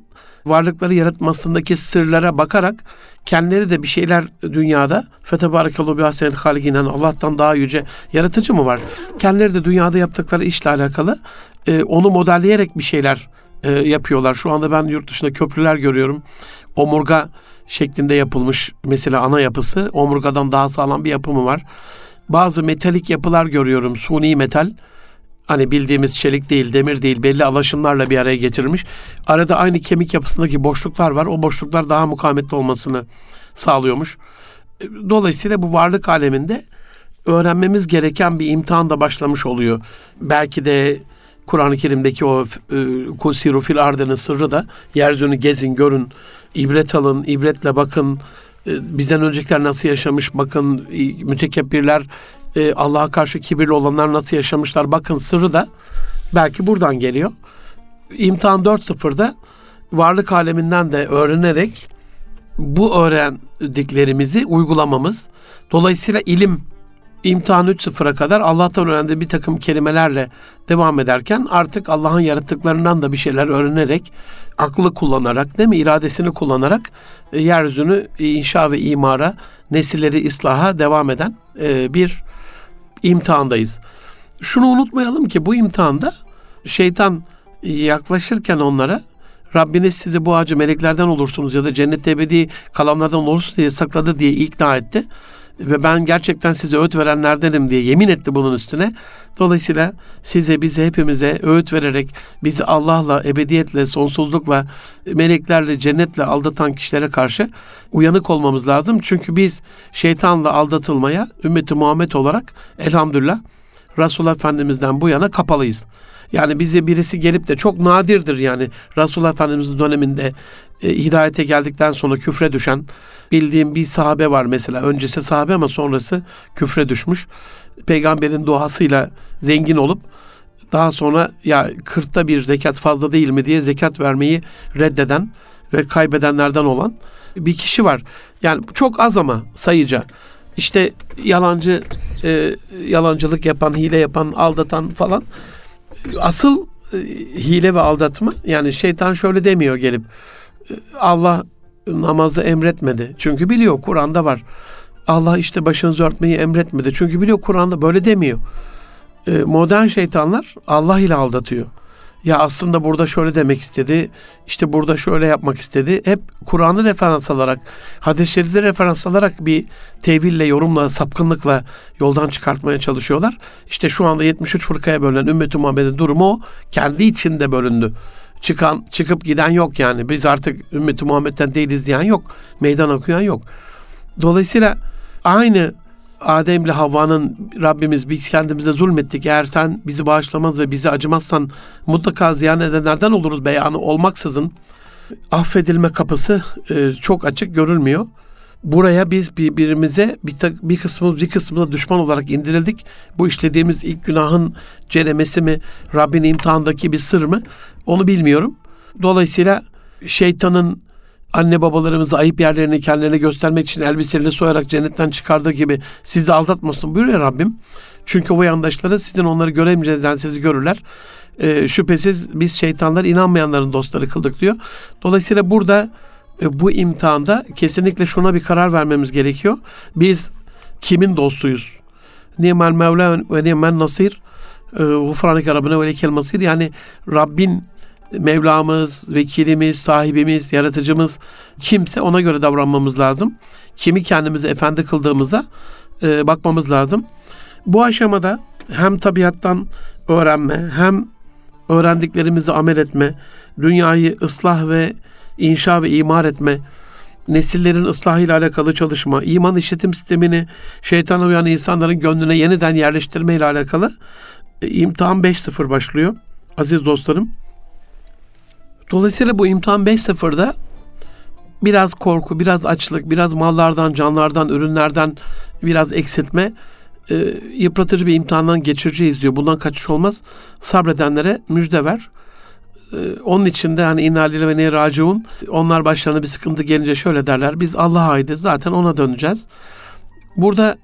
varlıkları yaratmasındaki sırlara bakarak kendileri de bir şeyler dünyada fetebarakallahu bi ahsenil halikin, Allah'tan daha yüce yaratıcı mı var? Kendileri de dünyada yaptıkları işle alakalı e, onu modelleyerek bir şeyler e, yapıyorlar. Şu anda ben yurt dışında köprüler görüyorum. Omurga şeklinde yapılmış mesela ana yapısı. Omurgadan daha sağlam bir yapımı var. Bazı metalik yapılar görüyorum. Suni metal. Hani bildiğimiz çelik değil, demir değil, belli alaşımlarla bir araya getirilmiş. Arada aynı kemik yapısındaki boşluklar var. O boşluklar daha mukavemetli olmasını sağlıyormuş. Dolayısıyla bu varlık aleminde öğrenmemiz gereken bir imtihan da başlamış oluyor. Belki de Kur'an-ı Kerim'deki o kusiru fil ardının sırrı da yeryüzünü gezin, görün, ibret alın, ibretle bakın. Bizden öncekiler nasıl yaşamış bakın, mütekebbirler, Allah'a karşı kibirli olanlar nasıl yaşamışlar bakın, sırrı da belki buradan geliyor. İmtihan dört sıfırda varlık aleminden de öğrenerek bu öğrendiklerimizi uygulamamız. Dolayısıyla ilim İmtihan üç sıfıra kadar Allah'tan öğrendiği bir takım kelimelerle devam ederken artık Allah'ın yarattıklarından da bir şeyler öğrenerek, aklı kullanarak, değil mi, iradesini kullanarak e, yeryüzünü inşa ve imara, nesilleri ıslaha devam eden e, bir imtihandayız. Şunu unutmayalım ki bu imtihanda şeytan yaklaşırken onlara Rabbiniz sizi bu ağacı meleklerden olursunuz ya da cennette ebedi kalanlardan olursunuz diye sakladı diye ikna etti. Ve ben gerçekten size öğüt verenlerdenim diye yemin etti bunun üstüne. Dolayısıyla size, bize, hepimize öğüt vererek bizi Allah'la, ebediyetle, sonsuzlukla, meleklerle, cennetle aldatan kişilere karşı uyanık olmamız lazım. Çünkü biz şeytanla aldatılmaya ümmeti Muhammed olarak elhamdülillah Resulullah Efendimiz'den bu yana kapalıyız. Yani bize birisi gelip de, çok nadirdir yani Resulullah Efendimiz'in döneminde e, hidayete geldikten sonra küfre düşen, bildiğim bir sahabe var mesela. Öncesi sahabe ama sonrası küfre düşmüş. Peygamberin duasıyla zengin olup daha sonra ya kırkta bir zekat fazla değil mi diye zekat vermeyi reddeden ve kaybedenlerden olan bir kişi var. Yani çok az ama sayıca. İşte yalancı, e, yalancılık yapan, hile yapan, aldatan falan. Asıl e, hile ve aldatma, yani şeytan şöyle demiyor gelip e, Allah namazı emretmedi. Çünkü biliyor Kur'an'da var. Allah işte başınızı örtmeyi emretmedi. Çünkü biliyor Kur'an'da, böyle demiyor. E, modern şeytanlar Allah ile aldatıyor. Ya aslında burada şöyle demek istedi, işte burada şöyle yapmak istedi. Hep Kur'an'ı referans alarak, hadis-i şerifleri referans alarak bir teville, yorumla, sapkınlıkla yoldan çıkartmaya çalışıyorlar. İşte şu anda yetmiş üç fırkaya bölünen Ümmet-i Muhammed'in durumu o. Kendi içinde bölündü. Çıkan, çıkıp giden yok yani. Biz artık Ümmet-i Muhammed'den değiliz diyen yok. Meydan okuyan yok. Dolayısıyla aynı Adem ile Havva'nın Rabbimiz biz kendimize zulmettik, eğer sen bizi bağışlamaz ve bizi acımazsan mutlaka ziyan edenlerden oluruz beyanı olmaksızın affedilme kapısı e, çok açık görülmüyor. Buraya biz birbirimize bir, bir kısmımız bir kısmımıza düşman olarak indirildik. Bu işlediğimiz ilk günahın ceremesi mi, Rabbin imtihandaki bir sır mı, onu bilmiyorum. Dolayısıyla şeytanın anne babalarımızı ayıp yerlerini kendilerine göstermek için elbiselerini soyarak cennetten çıkardığı gibi sizi aldatmasın buyuruyor Rabbim. Çünkü o yandaşları sizin onları göremeyeceğinizden sizi görürler. E, şüphesiz biz şeytanlar inanmayanların dostları kıldık diyor. Dolayısıyla burada e, bu imtihanda kesinlikle şuna bir karar vermemiz gerekiyor. Biz kimin dostuyuz? Ni'mel Mevla ve ni'mel Nasir. Gufraneke Rabbine ve lekel masir. Yani Rabbin Mevlamız, vekilimiz, sahibimiz, yaratıcımız kimse ona göre davranmamız lazım. Kimi kendimizi efendi kıldığımıza e, bakmamız lazım. Bu aşamada hem tabiattan öğrenme, hem öğrendiklerimizi amel etme, dünyayı ıslah ve inşa ve imar etme, nesillerin ıslahıyla alakalı çalışma, iman işletim sistemini şeytana uyan insanların gönlüne yeniden yerleştirme ile alakalı e, imtihan beş sıfır başlıyor aziz dostlarım. Dolayısıyla bu imtihan beş sıfırda biraz korku, biraz açlık, biraz mallardan, canlardan, ürünlerden biraz eksiltme, e, yıpratıcı bir imtihandan geçireceğiz diyor. Bundan kaçış olmaz. Sabredenlere müjde ver. E, onun için de hani inna lillahi ve inna ileyhi raciun, onlar başlarına bir sıkıntı gelince şöyle derler: biz Allah'a aitiz, zaten ona döneceğiz. Burada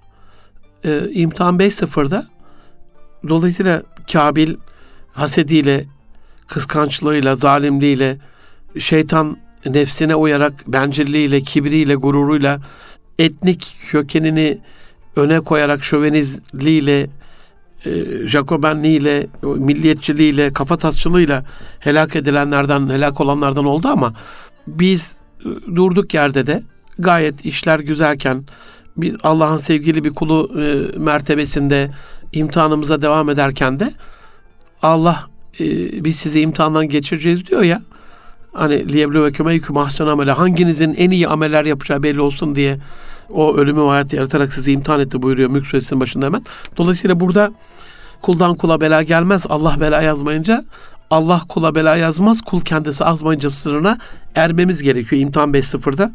e, imtihan beş sıfırda dolayısıyla Kabil hasediyle, kıskançlığıyla, zalimliğiyle, şeytan nefsine uyarak bencilliğiyle, kibriyle, gururuyla, etnik kökenini öne koyarak şövenizliğiyle, e, Jacobenliğiyle, milliyetçiliğiyle, kafatasçılığıyla helak edilenlerden, helak olanlardan oldu ama biz e, durduk yerde de gayet işler güzelken, bir Allah'ın sevgili bir kulu e, mertebesinde imtihanımıza devam ederken de Allah e, biz sizi imtihandan geçireceğiz diyor ya. Hani liyebluvekum eyyüküm ahsenu amele, hanginizin en iyi ameller yapacağı belli olsun diye o ölümü ve hayatı yaratarak sizi imtihan etti buyuruyor Mülk Suresinin başında hemen. Dolayısıyla burada kuldan kula bela gelmez. Allah bela yazmayınca, Allah kula bela yazmaz. Kul kendisi azmayınca sırrına ermemiz gerekiyor. İmtihan beş sıfırda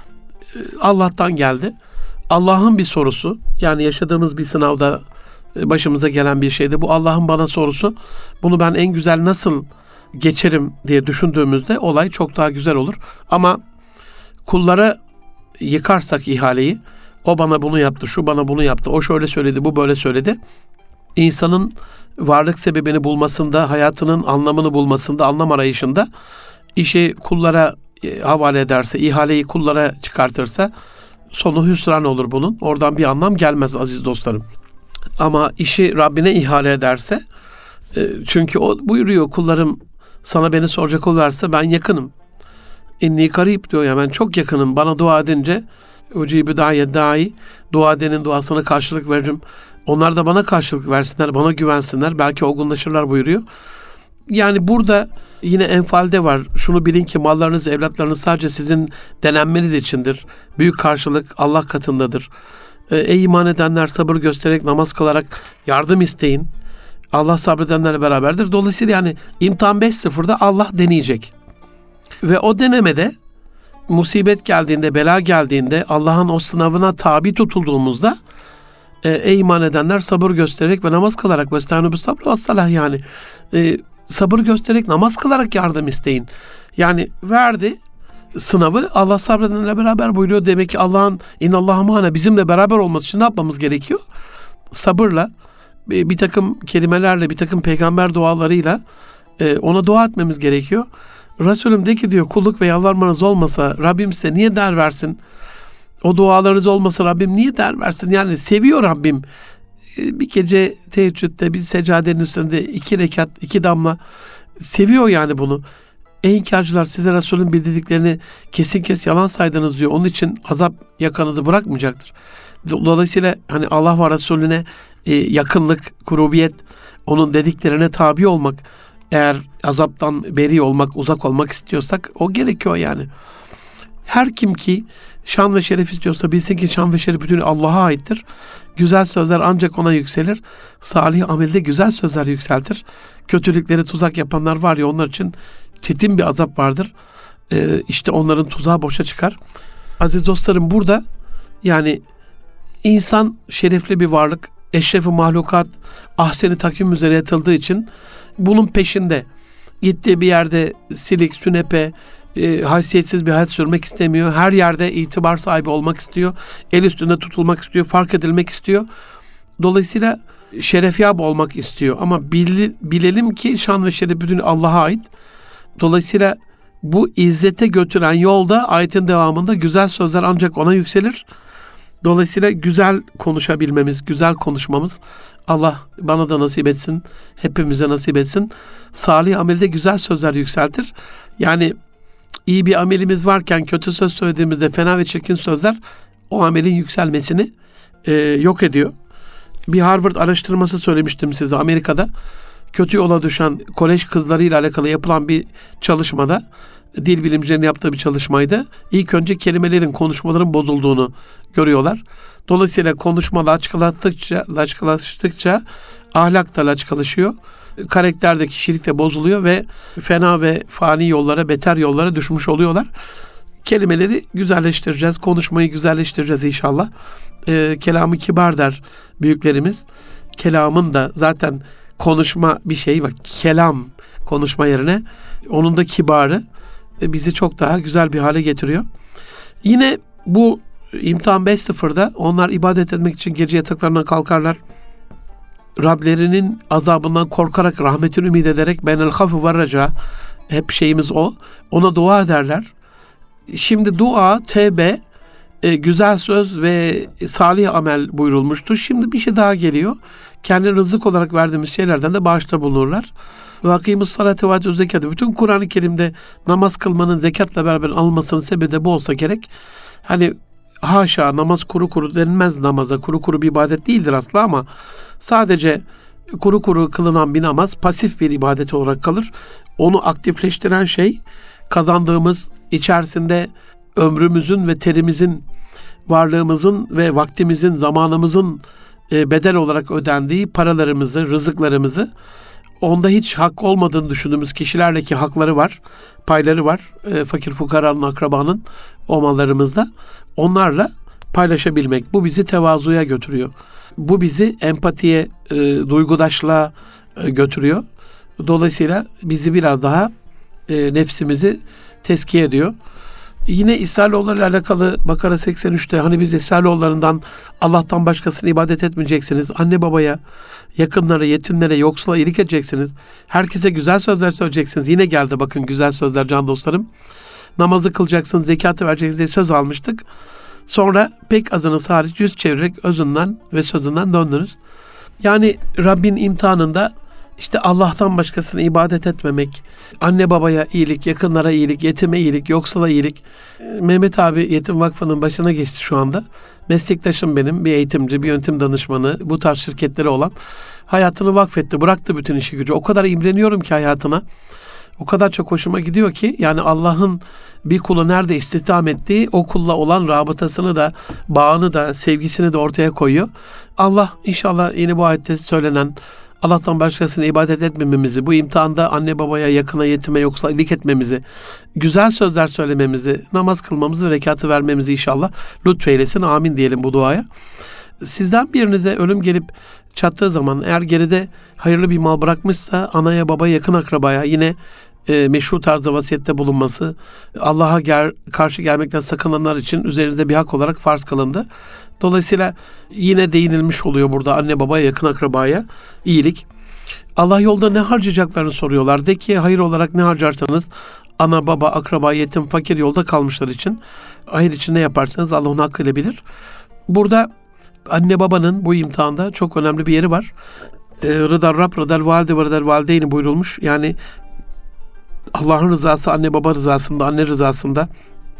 Allah'tan geldi. Allah'ın bir sorusu, yani yaşadığımız bir sınavda başımıza gelen bir şeydi. Bu Allah'ın bana sorusu. Bunu ben en güzel nasıl geçerim diye düşündüğümüzde olay çok daha güzel olur. Ama kullara yıkarsak ihaleyi, o bana bunu yaptı, şu bana bunu yaptı, o şöyle söyledi, bu böyle söyledi. İnsanın varlık sebebini bulmasında, hayatının anlamını bulmasında, anlam arayışında işi kullara e, havale ederse, ihaleyi kullara çıkartırsa sonu hüsran olur bunun. Oradan bir anlam gelmez aziz dostlarım. Ama işi Rabbine ihale ederse, e, çünkü o buyuruyor, kullarım sana beni soracak olursa ben yakınım. İnni karib diyor ya, ben çok yakınım. Bana dua edince ucibü daye dai, dua edenin duasına karşılık veririm. Onlar da bana karşılık versinler, bana güvensinler. Belki olgunlaşırlar buyuruyor. Yani burada yine Enfal'de var. Şunu bilin ki mallarınız, evlatlarınız sadece sizin denenmeniz içindir. Büyük karşılık Allah katındadır. Ee, ey iman edenler, sabır göstererek, namaz kılarak yardım isteyin. Allah sabredenlerle beraberdir. Dolayısıyla yani imtihan beş sıfırda Allah deneyecek. Ve o denemede musibet geldiğinde, bela geldiğinde, Allah'ın o sınavına tabi tutulduğumuzda e, ey iman edenler, sabır göstererek ve namaz kılarak, vestâinu bis sabr ve salah, yani e, sabır göstererek, namaz kılarak yardım isteyin. Yani verdi sınavı, Allah sabredenlerle beraber buyuruyor. Demek ki Allah'ın innallâhe mâne, bizimle beraber olması için ne yapmamız gerekiyor? Sabırla, bir, bir takım kelimelerle, bir takım peygamber dualarıyla e, ona dua etmemiz gerekiyor. Resulüm de ki diyor, kulluk ve yalvarmanız olmasa Rabbim size niye der versin? O dualarınız olmasa Rabbim niye der versin? Yani seviyor Rabbim. Bir gece teheccüde, bir seccadenin üstünde iki rekat, iki damla seviyor yani bunu. Ey inkarcılar, size Resulün bildirdiklerini kesin kes yalan saydınız diyor. Onun için azap yakanızı bırakmayacaktır. Dolayısıyla hani Allah ve Resulüne e, yakınlık, kurubiyet, onun dediklerine tabi olmak, eğer azaptan beri olmak, uzak olmak istiyorsak o gerekiyor yani. Her kim ki şan ve şeref istiyorsa bilsin ki şan ve şeref bütün Allah'a aittir. Güzel sözler ancak ona yükselir. Salih amelde güzel sözler yükseltir. Kötülükleri tuzak yapanlar var ya, onlar için çetin bir azap vardır. Ee, işte onların tuzağı boşa çıkar. Aziz dostlarım, burada yani insan şerefli bir varlık. Eşref-i mahlukat ahsen-i takvim üzere yatıldığı için bunun peşinde. Gittiği bir yerde silik, sünepe, e, haysiyetsiz bir hayat sürmek istemiyor. Her yerde itibar sahibi olmak istiyor. El üstünde tutulmak istiyor. Fark edilmek istiyor. Dolayısıyla şerefyab olmak istiyor. Ama bil, bilelim ki şan ve şeref bütün Allah'a ait. Dolayısıyla bu izzete götüren yolda ayetin devamında güzel sözler ancak ona yükselir. Dolayısıyla güzel konuşabilmemiz, güzel konuşmamız Allah bana da nasip etsin, hepimize nasip etsin. Salih amelde güzel sözler yükseltir. Yani iyi bir amelimiz varken kötü söz söylediğimizde fena ve çirkin sözler o amelin yükselmesini e, yok ediyor. Bir Harvard araştırması söylemiştim size, Amerika'da. Kötü yola düşen kolej kızlarıyla alakalı yapılan bir çalışmada, dil bilimcilerinin yaptığı bir çalışmaydı. İlk önce kelimelerin, konuşmaların bozulduğunu görüyorlar. Dolayısıyla konuşma laçkalaştıkça, laçkalaştıkça ahlak da laçkalaşıyor. Karakter de, kişilik de bozuluyor ve fena ve fani yollara, beter yollara düşmüş oluyorlar. Kelimeleri güzelleştireceğiz, konuşmayı güzelleştireceğiz inşallah. E, kelamı kibar der büyüklerimiz. Kelamın da zaten konuşma bir şey, bak kelam konuşma yerine onun da kibarı bizi çok daha güzel bir hale getiriyor. Yine bu imtihan beş sıfırda onlar ibadet etmek için gece yataklarından kalkarlar. Rablerinin azabından korkarak, rahmetini ümit ederek benel hafu ve reca, hep şeyimiz o. Ona dua ederler. Şimdi dua, tevbe, e, güzel söz ve salih amel buyurulmuştu. Şimdi bir şey daha geliyor. Kendi rızık olarak verdiğimiz şeylerden de bağışta bulunurlar. Ve akimus salate ve atuz zekatı. Bütün Kur'an-ı Kerim'de namaz kılmanın zekatla beraber alınmasının sebebi de bu olsa gerek. Hani haşa namaz kuru kuru denilmez namaza. Kuru kuru bir ibadet değildir asla ama sadece kuru kuru kılınan bir namaz pasif bir ibadet olarak kalır. Onu aktifleştiren şey kazandığımız, içerisinde ömrümüzün ve terimizin, varlığımızın ve vaktimizin, zamanımızın e, bedel olarak ödendiği paralarımızı, rızıklarımızı, onda hiç hak olmadığını düşündüğümüz kişilerle ki hakları var, payları var. E, fakir fukaranın, akrabanın o mallarımızda. Onlarla paylaşabilmek. Bu bizi tevazuya götürüyor. Bu bizi empatiye, e, duygudaşlığa e, götürüyor. Dolayısıyla bizi biraz daha e, nefsimizi tezkiye ediyor. Yine İsrailoğulları ile alakalı Bakara seksen üçte hani biz İsrailoğullarından Allah'tan başkasına ibadet etmeyeceksiniz. Anne babaya, yakınlara, yetimlere, yoksula iyilik edeceksiniz. Herkese güzel sözler söyleyeceksiniz. Yine geldi bakın güzel sözler can dostlarım. Namazı kılacaksınız, zekatı vereceksiniz diye söz almıştık. Sonra pek azınız hariç yüz çevirerek özünden ve sözünden döndünüz. Yani Rabbin imtihanında İşte Allah'tan başkasına ibadet etmemek, anne babaya iyilik, yakınlara iyilik, yetime iyilik, yoksula iyilik. Mehmet abi Yetim Vakfı'nın başına geçti şu anda. Meslektaşım benim, bir eğitimci, bir yönetim danışmanı, bu tarz şirketleri olan. Hayatını vakfetti, bıraktı bütün işi gücü. O kadar imreniyorum ki hayatına. O kadar çok hoşuma gidiyor ki yani Allah'ın bir kulu nerede istihdam ettiği o kulla olan rabıtasını da, bağını da, sevgisini de ortaya koyuyor. Allah inşallah yine bu ayette söylenen Allah'tan başkasına ibadet etmememizi, bu imtihanda anne babaya, yakına, yetime, yoksa iyilik etmemizi, güzel sözler söylememizi, namaz kılmamızı, rekatı vermemizi inşallah lütfeylesin. Amin diyelim bu duaya. Sizden birinize ölüm gelip çattığı zaman eğer geride hayırlı bir mal bırakmışsa anaya, babaya, yakın akrabaya yine e, meşru tarzda vasiyette bulunması, Allah'a gel, karşı gelmekten sakınanlar için üzerinde bir hak olarak farz kılındı. Dolayısıyla yine değinilmiş oluyor burada anne babaya, yakın akrabaya iyilik. Allah yolda ne harcayacaklarını soruyorlar. De ki hayır olarak ne harcarsanız ana, baba, akraba, yetim, fakir yolda kalmışlar için hayır için ne yaparsanız Allah onu hakkıyla bilir. Burada anne babanın bu imtihanda çok önemli bir yeri var. Ee, Rıdar Rab, Rıdar Valide ve Rıdar Valideyni buyurulmuş. Yani Allah'ın rızası anne baba rızasında, anne rızasında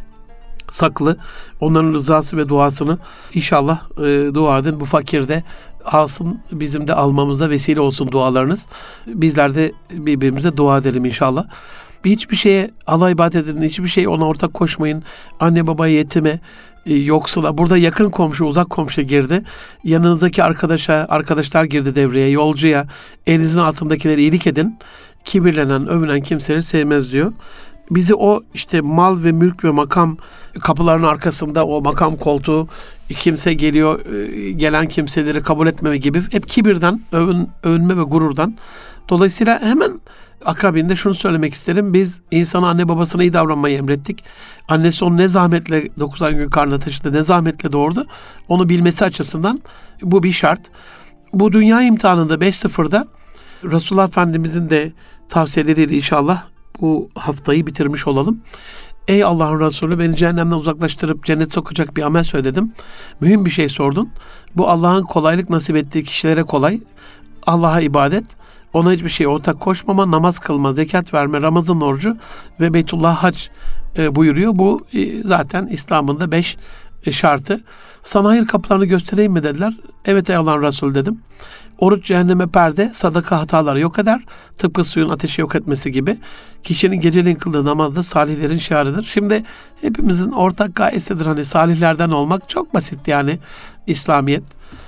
saklı. Onların rızası ve duasını inşallah e, dua edin. Bu fakir de alsın, bizim de almamıza vesile olsun dualarınız. Bizler de birbirimize dua edelim inşallah. Hiçbir şeye Allah ibadet edin, hiçbir şey ona ortak koşmayın. Anne baba, yetime, e, yoksula. Burada yakın komşu, uzak komşu girdi. Yanınızdaki arkadaşa, arkadaşlar girdi devreye, yolcuya, elinizin altındakileri iyilik edin. Kibirlenen, övünen kimseleri sevmez diyor. Bizi o işte mal ve mülk ve makam kapılarının arkasında o makam koltuğu, kimse geliyor, gelen kimseleri kabul etmeme gibi hep kibirden, övün, övünme ve gururdan. Dolayısıyla hemen akabinde şunu söylemek isterim. Biz insana anne babasına iyi davranmayı emrettik. Annesi onu ne zahmetle dokuz gün karnına taşıdı, ne zahmetle doğurdu. Onu bilmesi açısından bu bir şart. Bu dünya imtihanında beş sıfırda Resulullah Efendimizin de tavsiyeleriyle inşallah bu haftayı bitirmiş olalım. Ey Allah'ın Resulü, beni cehennemden uzaklaştırıp cennet sokacak bir amel söyledim. Mühim bir şey sordun. Bu Allah'ın kolaylık nasip ettiği kişilere kolay. Allah'a ibadet, ona hiçbir şey ortak koşmama, namaz kılma, zekat verme, Ramazan orucu ve Beytullah hac e, buyuruyor. Bu e, zaten İslam'ın da beş e, şartı. Sana hayır kapılarını göstereyim mi dediler. Evet ey Allah'ın Resulü dedim. Oruç cehenneme perde, sadaka hataları yok eder. Tıpkı suyun ateşi yok etmesi gibi. Kişinin geceleyin kıldığı namaz da salihlerin şiarıdır. Şimdi hepimizin ortak gayesidir hani salihlerden olmak. Çok basit yani İslamiyet.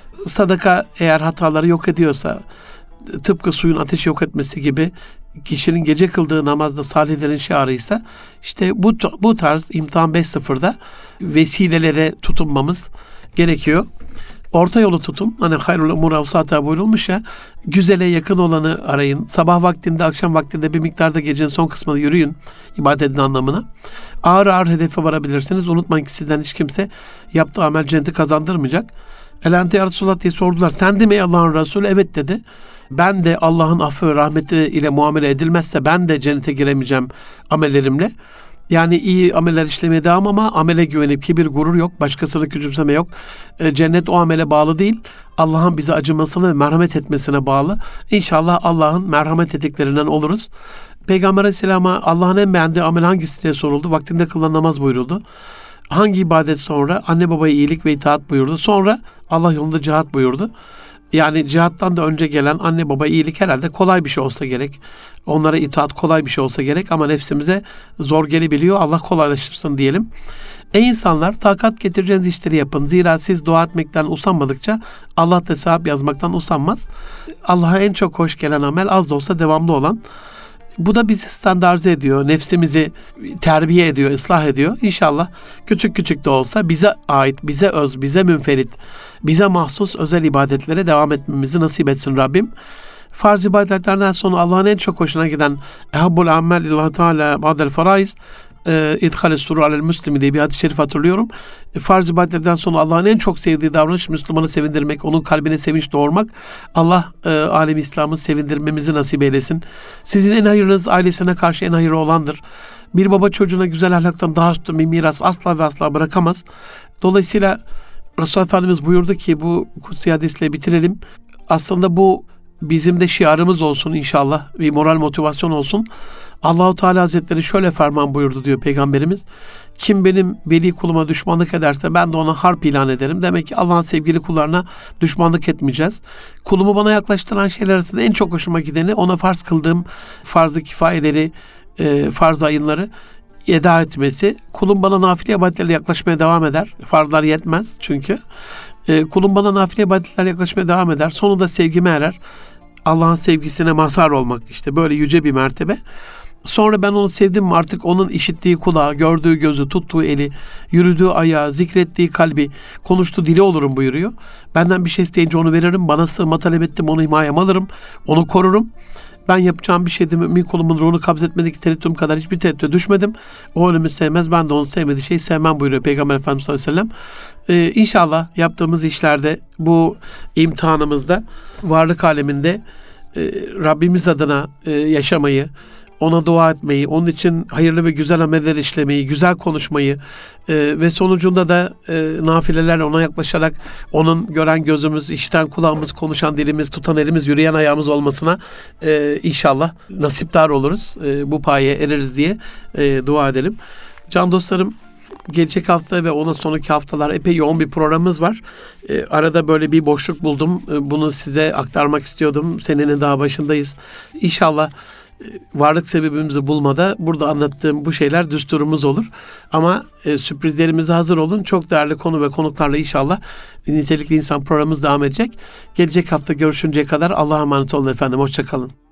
Sadaka eğer hataları yok ediyorsa, tıpkı suyun ateşi yok etmesi gibi kişinin gece kıldığı namazda salihlerin şiarıysa, işte bu bu tarz imtihan beş sıfırda vesilelere tutunmamız gerekiyor. Orta yolu tutun. Hani hayrul umur avsata buyurulmuş ya. Güzele yakın olanı arayın. Sabah vaktinde, akşam vaktinde bir miktarda gecenin son kısmında yürüyün. İbadetin anlamına. Ağır ağır hedefe varabilirsiniz. Unutmayın ki sizden hiç kimse yaptığı amel cenneti kazandırmayacak. Elente ya Resulullah diye sordular. Sen de mi Allah'ın Resulü? Evet dedi. Ben de Allah'ın affı ve rahmeti ile muamele edilmezse ben de cennete giremeyeceğim amellerimle. Yani iyi ameller işlemeye devam ama amele güvenip kibir, gurur yok. Başkasını küçümseme yok. E, cennet o amele bağlı değil. Allah'ın bize acımasına ve merhamet etmesine bağlı. İnşallah Allah'ın merhamet ettiklerinden oluruz. Peygamber Aleyhisselam'a Allah'ın en beğendiği amel hangisi diye soruldu. Vaktinde kılınan namaz buyuruldu. Hangi ibadet sonra? Anne babaya iyilik ve itaat buyurdu. Sonra Allah yolunda cihat buyurdu. Yani cihattan da önce gelen anne baba iyilik herhalde kolay bir şey olsa gerek. Onlara itaat kolay bir şey olsa gerek ama nefsimize zor gelebiliyor. Allah kolaylaştırsın diyelim. Ey insanlar, takat getireceğiniz işleri yapın. Zira siz dua etmekten usanmadıkça Allah da sevap yazmaktan usanmaz. Allah'a en çok hoş gelen amel az da olsa devamlı olan. Bu da bizi standartize ediyor. Nefsimizi terbiye ediyor, ıslah ediyor. İnşallah küçük küçük de olsa bize ait, bize öz, bize münferit, bize mahsus özel ibadetlere devam etmemizi nasip etsin Rabbim. Farz ibadetlerden sonra Allah'ın en çok hoşuna giden Ehabbul amel illallah Teala ba'del faraiz İdhal-i surur alel müslimi diye bir hadis-i şerif hatırlıyorum. Farz ibadetlerden sonra Allah'ın en çok sevdiği davranış Müslümanı sevindirmek, onun kalbine sevinç doğurmak. Allah e, alemi İslam'ı sevindirmemizi nasip eylesin. Sizin en hayırlınız ailesine karşı en hayırlı olandır. Bir baba çocuğuna güzel ahlaktan daha üstün bir miras asla ve asla bırakamaz. Dolayısıyla Resulullah Efendimiz buyurdu ki, bu kutsi hadisle bitirelim. Aslında bu bizim de şiarımız olsun inşallah. Bir moral motivasyon olsun. Allah-u Teala Hazretleri şöyle ferman buyurdu diyor Peygamberimiz. Kim benim veli kuluma düşmanlık ederse ben de ona harp ilan ederim. Demek ki Allah'ın sevgili kullarına düşmanlık etmeyeceğiz. Kulumu bana yaklaştıran şeyler arasında en çok hoşuma gideni ona farz kıldığım farz-ı kifayeleri, e, farz ayınları eda etmesi. Kulum bana nafile ibadetlerle yaklaşmaya devam eder. Farzlar yetmez çünkü. E, kulum bana nafile ibadetlerle yaklaşmaya devam eder. Sonunda sevgime erer. Allah'ın sevgisine mazhar olmak işte böyle yüce bir mertebe. Sonra ben onu sevdim mi artık onun işittiği kulağı, gördüğü gözü, tuttuğu eli, yürüdüğü ayağı, zikrettiği kalbi, konuştuğu dili olurum buyuruyor. Benden bir şey isteyince onu veririm. Bana sığınma talep ettim, onu himayem alırım. Onu korurum. Ben yapacağım bir şeyde mümin kulumun ruhunu kabzetmedeki tereddütüm kadar hiçbir tereddüte düşmedim. O ölümü sevmez, ben de onu sevmediği şeyi sevmem buyuruyor Peygamber Efendimiz sallallahu aleyhi ve sellem. Ee, İnşallah yaptığımız işlerde, bu imtihanımızda, varlık aleminde e, Rabbimiz adına e, yaşamayı, ona dua etmeyi, onun için hayırlı ve güzel ameller işlemeyi, güzel konuşmayı e, ve sonucunda da e, nafilelerle ona yaklaşarak onun gören gözümüz, işiten kulağımız, konuşan dilimiz, tutan elimiz, yürüyen ayağımız olmasına e, inşallah nasipdar oluruz. E, bu paye ereriz diye e, dua edelim. Can dostlarım, gelecek hafta ve ondan sonraki haftalar epey yoğun bir programımız var. E, arada böyle bir boşluk buldum. E, bunu size aktarmak istiyordum. Senenin daha başındayız. İnşallah varlık sebebimizi bulmada burada anlattığım bu şeyler düsturumuz olur. Ama e, sürprizlerimize hazır olun. Çok değerli konu ve konuklarla inşallah Nitelikli İnsan programımız devam edecek. Gelecek hafta görüşünceye kadar Allah'a emanet olun efendim. Hoşça kalın.